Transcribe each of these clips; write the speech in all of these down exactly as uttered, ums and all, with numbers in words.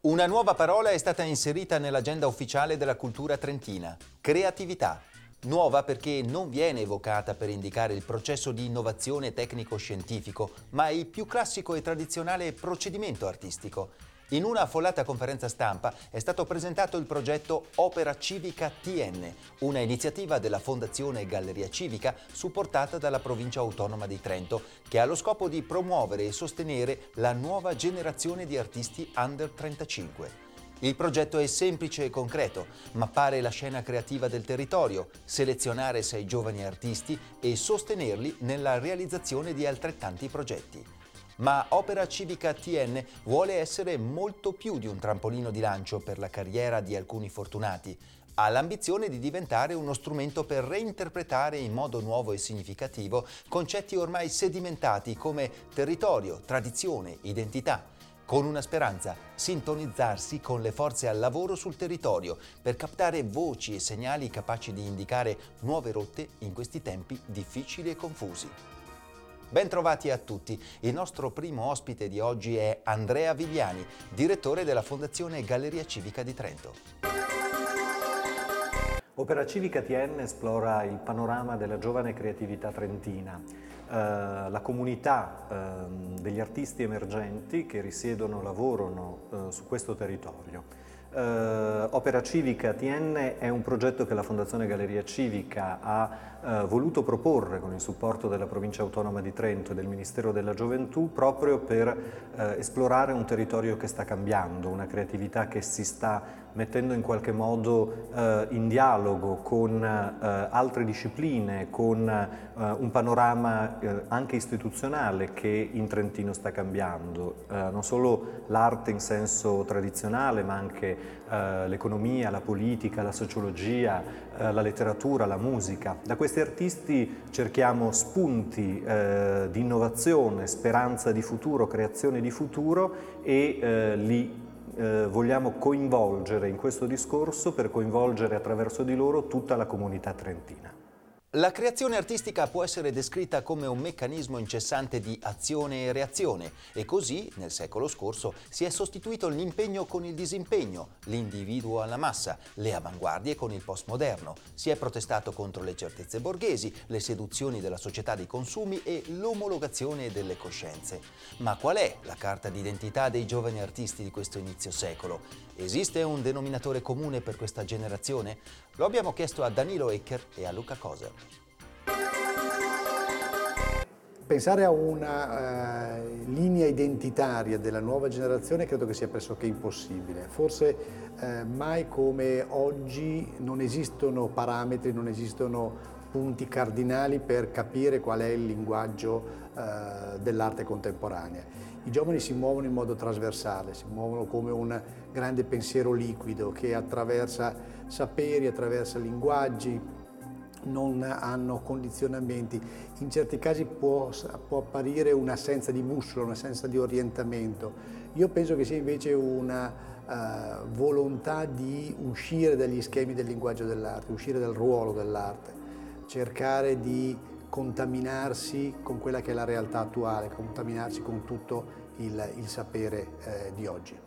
Una nuova parola è stata inserita nell'agenda ufficiale della cultura trentina: creatività. Nuova perché non viene evocata per indicare il processo di innovazione tecnico-scientifico, ma il più classico e tradizionale procedimento artistico. In una affollata conferenza stampa è stato presentato il progetto Opera Civica T N, una iniziativa della Fondazione Galleria Civica supportata dalla Provincia Autonoma di Trento, che ha lo scopo di promuovere e sostenere la nuova generazione di artisti under trentacinque. Il progetto è semplice e concreto: mappare la scena creativa del territorio, selezionare sei giovani artisti e sostenerli nella realizzazione di altrettanti progetti. Ma Opera Civica T N vuole essere molto più di un trampolino di lancio per la carriera di alcuni fortunati. Ha l'ambizione di diventare uno strumento per reinterpretare in modo nuovo e significativo concetti ormai sedimentati come territorio, tradizione, identità, con una speranza: sintonizzarsi con le forze al lavoro sul territorio per captare voci e segnali capaci di indicare nuove rotte in questi tempi difficili e confusi. Ben trovati a tutti. Il nostro primo ospite di oggi è Andrea Vigliani, direttore della Fondazione Galleria Civica di Trento. Opera Civica T N esplora il panorama della giovane creatività trentina, eh, la comunità eh, degli artisti emergenti che risiedono e lavorano eh, su questo territorio. Uh, Opera Civica T N è un progetto che la Fondazione Galleria Civica ha uh, voluto proporre con il supporto della Provincia Autonoma di Trento e del Ministero della Gioventù, proprio per uh, esplorare un territorio che sta cambiando, una creatività che si sta mettendo in qualche modo uh, in dialogo con uh, altre discipline, con uh, un panorama uh, anche istituzionale che in Trentino sta cambiando, uh, non solo l'arte in senso tradizionale, ma anche Uh, l'economia, la politica, la sociologia, uh, la letteratura, la musica. Da questi artisti cerchiamo spunti uh, di innovazione, speranza di futuro, creazione di futuro e uh, li uh, vogliamo coinvolgere in questo discorso per coinvolgere attraverso di loro tutta la comunità trentina. La creazione artistica può essere descritta come un meccanismo incessante di azione e reazione, e così, nel secolo scorso, si è sostituito l'impegno con il disimpegno, l'individuo alla massa, le avanguardie con il postmoderno. Si è protestato contro le certezze borghesi, le seduzioni della società dei consumi e l'omologazione delle coscienze. Ma qual è la carta d'identità dei giovani artisti di questo inizio secolo? Esiste un denominatore comune per questa generazione? Lo abbiamo chiesto a Danilo Ecker e a Luca Koser. Pensare a una uh, linea identitaria della nuova generazione credo che sia pressoché impossibile. Forse uh, mai come oggi non esistono parametri, non esistono punti cardinali per capire qual è il linguaggio uh, dell'arte contemporanea. I giovani si muovono in modo trasversale, si muovono come un grande pensiero liquido che attraversa saperi, attraversa linguaggi, non hanno condizionamenti. In certi casi può, può apparire un'assenza di bussola, un'assenza di orientamento. Io penso che sia invece una uh, volontà di uscire dagli schemi del linguaggio dell'arte, uscire dal ruolo dell'arte, cercare di contaminarsi con quella che è la realtà attuale, contaminarsi con tutto il, il sapere eh, di oggi.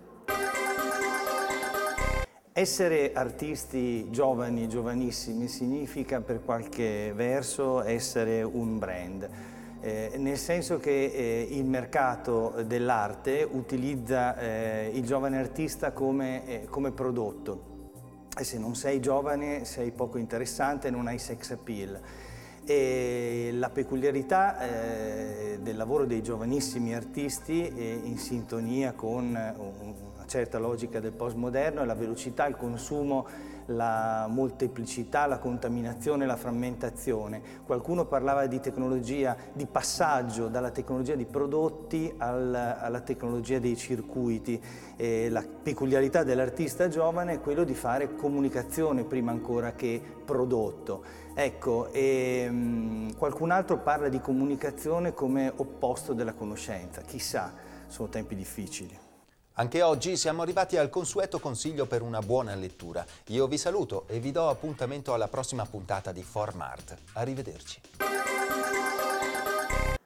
Essere artisti giovani, giovanissimi, significa per qualche verso essere un brand, eh, nel senso che eh, il mercato dell'arte utilizza eh, il giovane artista come, eh, come prodotto. E se non sei giovane sei poco interessante, non hai sex appeal. E la peculiarità eh, del lavoro dei giovanissimi artisti è in sintonia con una certa logica del postmoderno è la velocità, il consumo, la molteplicità, la contaminazione, la frammentazione. Qualcuno parlava di tecnologia, di passaggio dalla tecnologia di prodotti al, alla tecnologia dei circuiti. E la peculiarità dell'artista giovane è quello di fare comunicazione prima ancora che prodotto. Ecco, e, mh, qualcun altro parla di comunicazione come opposto della conoscenza. Chissà, sono tempi difficili. Anche oggi siamo arrivati al consueto consiglio per una buona lettura. Io vi saluto e vi do appuntamento alla prossima puntata di Formart. Arrivederci.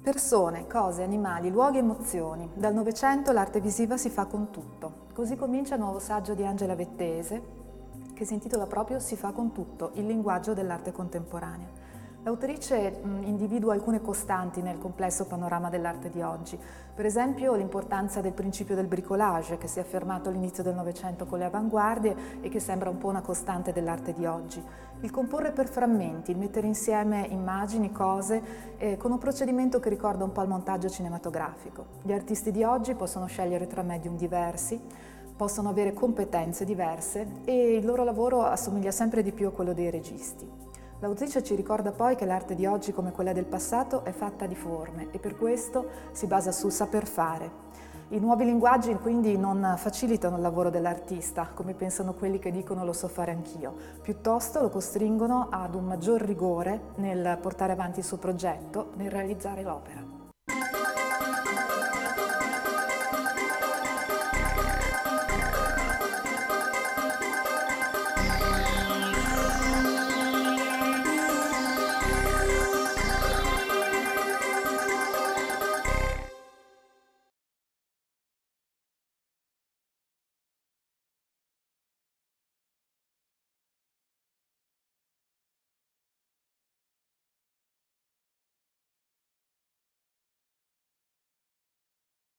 Persone, cose, animali, luoghi, emozioni. Dal Novecento l'arte visiva si fa con tutto. Così comincia il nuovo saggio di Angela Vettese, che si intitola proprio Si fa con tutto, il linguaggio dell'arte contemporanea. L'autrice individua alcune costanti nel complesso panorama dell'arte di oggi, per esempio l'importanza del principio del bricolage che si è affermato all'inizio del Novecento con le avanguardie e che sembra un po' una costante dell'arte di oggi. Il comporre per frammenti, il mettere insieme immagini, cose, eh, con un procedimento che ricorda un po' il montaggio cinematografico. Gli artisti di oggi possono scegliere tra medium diversi, possono avere competenze diverse e il loro lavoro assomiglia sempre di più a quello dei registi. L'autrice ci ricorda poi che l'arte di oggi, come quella del passato, è fatta di forme e per questo si basa sul saper fare. I nuovi linguaggi quindi non facilitano il lavoro dell'artista, come pensano quelli che dicono lo so fare anch'io, piuttosto lo costringono ad un maggior rigore nel portare avanti il suo progetto, nel realizzare l'opera.